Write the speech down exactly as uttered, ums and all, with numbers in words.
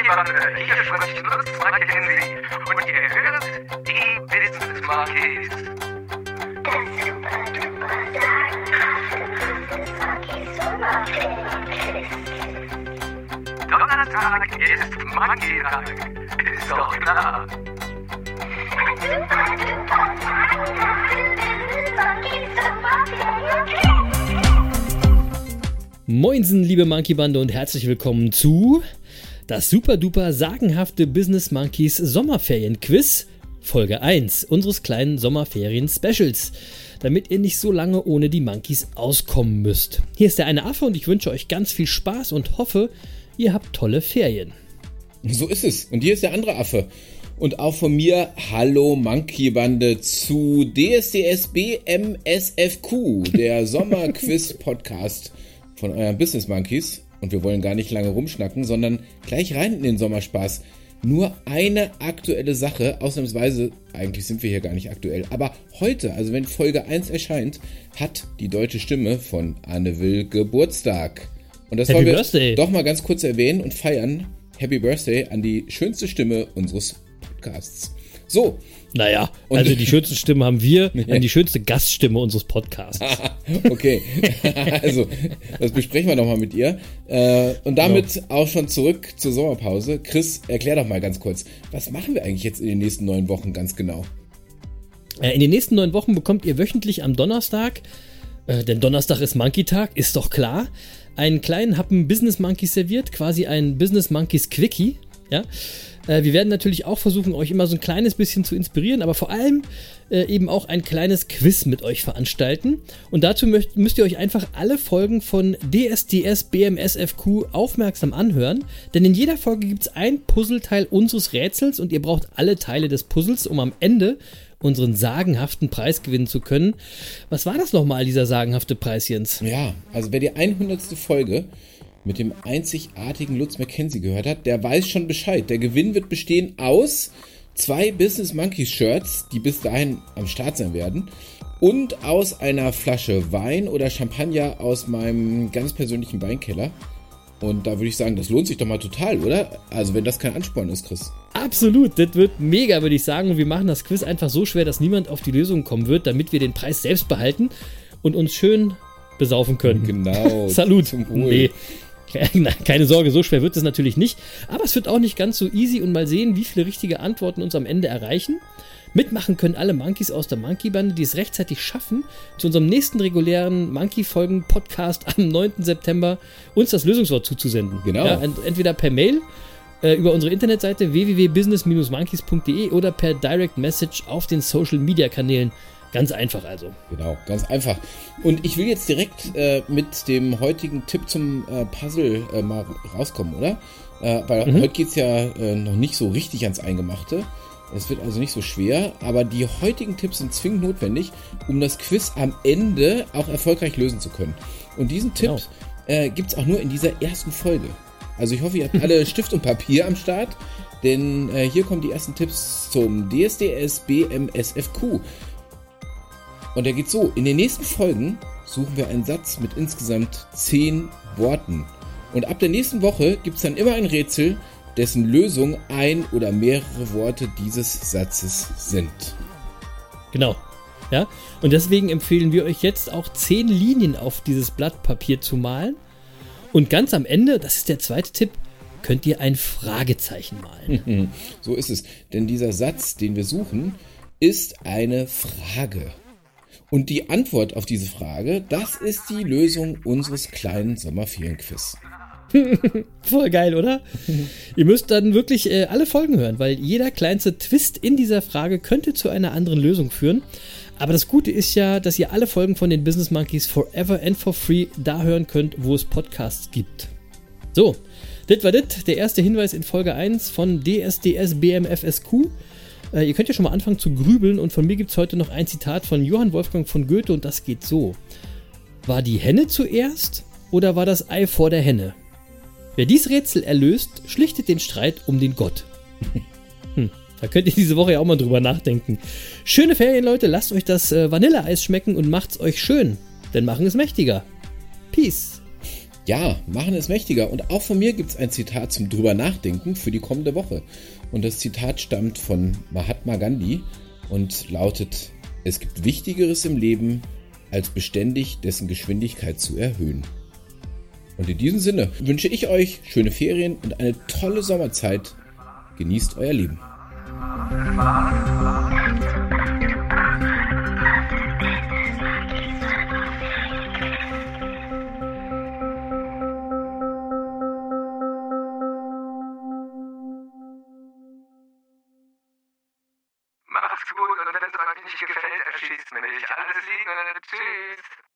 Monkey-Bande, hier spricht Lutz Mackenzie und ihr hört die Business Monkeys. Das super duper sagenhafte Business Monkeys Sommerferien-Quiz. Donnerstag ist Monkey-Tag, ist doch klar. Super duper sagenhafte Business Monkeys Sommerferien-Quiz. Moinsen, liebe Monkey-Bande und herzlich willkommen zu das super duper sagenhafte Business Monkeys Sommerferien-Quiz, Folge eins unseres kleinen Sommerferien-Specials, damit ihr nicht so lange ohne die Monkeys auskommen müsst. Hier ist der eine Affe und ich wünsche euch ganz viel Spaß und hoffe, ihr habt tolle Ferien. So ist es. Und hier ist der andere Affe. Und auch von mir, hallo Monkey-Bande zu D S D S B M S F Q, der Sommerquiz-Podcast von euren Business Monkeys. Und wir wollen gar nicht lange rumschnacken, sondern gleich rein in den Sommerspaß. Nur eine aktuelle Sache, ausnahmsweise, eigentlich sind wir hier gar nicht aktuell, aber heute, also wenn Folge eins erscheint, hat die deutsche Stimme von Anne Will Geburtstag. Und das Happy wollen wir Birthday. doch mal ganz kurz erwähnen und feiern. Happy Birthday an die schönste Stimme unseres Podcasts. So. Naja, Und- also die schönste Stimme haben wir, an die schönste Gaststimme unseres Podcasts. Okay, also das besprechen wir nochmal mit ihr. Äh, und damit Genau. auch schon zurück zur Sommerpause. Chris, erklär doch mal ganz kurz, was machen wir eigentlich jetzt in den nächsten neun Wochen ganz genau? Äh, In den nächsten neun Wochen bekommt ihr wöchentlich am Donnerstag, äh, denn Donnerstag ist Monkey-Tag, ist doch klar, einen kleinen Happen Business Monkeys serviert, quasi ein Business Monkeys Quickie. Ja? Äh, wir werden natürlich auch versuchen, euch immer so ein kleines bisschen zu inspirieren, aber vor allem äh, eben auch ein kleines Quiz mit euch veranstalten. Und dazu möcht, müsst ihr euch einfach alle Folgen von D S D S B M S F Q aufmerksam anhören, denn in jeder Folge gibt es ein Puzzleteil unseres Rätsels und ihr braucht alle Teile des Puzzles, um am Ende unseren sagenhaften Preis gewinnen zu können. Was war das nochmal, dieser sagenhafte Preis, Jens? Ja, also wer die hundertste Folge mit dem einzigartigen Lutz Mackenzie gehört hat, der weiß schon Bescheid. Der Gewinn wird bestehen aus zwei Business Monkeys Shirts, die bis dahin am Start sein werden, und aus einer Flasche Wein oder Champagner aus meinem ganz persönlichen Weinkeller. Und da würde ich sagen, das lohnt sich doch mal total, oder? Also wenn das kein Ansporn ist, Chris. Absolut, das wird mega, würde ich sagen. Und wir machen das Quiz einfach so schwer, dass niemand auf die Lösung kommen wird, damit wir den Preis selbst behalten und uns schön besaufen können. Genau. Salut. Zum Wohl. Nee. Keine Sorge, so schwer wird es natürlich nicht. Aber es wird auch nicht ganz so easy und mal sehen, wie viele richtige Antworten uns am Ende erreichen. Mitmachen können alle Monkeys aus der Monkey-Bande, die es rechtzeitig schaffen, zu unserem nächsten regulären Monkey-Folgen-Podcast am neunten September uns das Lösungswort zuzusenden. Genau. Ja, ent- entweder per Mail äh, über unsere Internetseite w w w punkt business dash monkeys punkt d e oder per Direct Message auf den Social-Media-Kanälen. Ganz einfach also. Genau, ganz einfach. Und ich will jetzt direkt äh, mit dem heutigen Tipp zum äh, Puzzle äh, mal rauskommen, oder? Äh, weil Mhm. heute geht's ja äh, noch nicht so richtig ans Eingemachte. Es wird also nicht so schwer, aber die heutigen Tipps sind zwingend notwendig, um das Quiz am Ende auch erfolgreich lösen zu können. Und diesen Tipp Genau. äh, gibt's auch nur in dieser ersten Folge. Also ich hoffe, ihr habt alle Stift und Papier am Start, denn äh, hier kommen die ersten Tipps zum D S D S B M S F Q. Und der geht so: In den nächsten Folgen suchen wir einen Satz mit insgesamt zehn Worten. Und ab der nächsten Woche gibt es dann immer ein Rätsel, dessen Lösung ein oder mehrere Worte dieses Satzes sind. Genau. Ja? Und deswegen empfehlen wir euch jetzt auch zehn Linien auf dieses Blatt Papier zu malen. Und ganz am Ende, das ist der zweite Tipp, könnt ihr ein Fragezeichen malen. So ist es. Denn dieser Satz, den wir suchen, ist eine Frage. Und die Antwort auf diese Frage, das ist die Lösung unseres kleinen Sommerferienquiz. Voll geil, oder? Ihr müsst dann wirklich äh, alle Folgen hören, weil jeder kleinste Twist in dieser Frage könnte zu einer anderen Lösung führen. Aber das Gute ist ja, dass ihr alle Folgen von den Business Monkeys forever and for free da hören könnt, wo es Podcasts gibt. So, das war das, der erste Hinweis in Folge eins von D S D S B M F S Q. Äh, ihr könnt ja schon mal anfangen zu grübeln und von mir gibt es heute noch ein Zitat von Johann Wolfgang von Goethe und das geht so. War die Henne zuerst oder war das Ei vor der Henne? Wer dies Rätsel erlöst, schlichtet den Streit um den Gott. Hm, da könnt ihr diese Woche ja auch mal drüber nachdenken. Schöne Ferien, Leute, lasst euch das äh, Vanilleeis schmecken und macht's euch schön, denn machen ist mächtiger. Peace. Ja, machen es mächtiger. Und auch von mir gibt es ein Zitat zum drüber nachdenken für die kommende Woche. Und das Zitat stammt von Mahatma Gandhi und lautet: Es gibt Wichtigeres im Leben, als beständig dessen Geschwindigkeit zu erhöhen. Und in diesem Sinne wünsche ich euch schöne Ferien und eine tolle Sommerzeit. Genießt euer Leben. Macht's gut und wenn es euch nicht gefällt, erschießt mir nicht. Alles Liebe. Tschüss.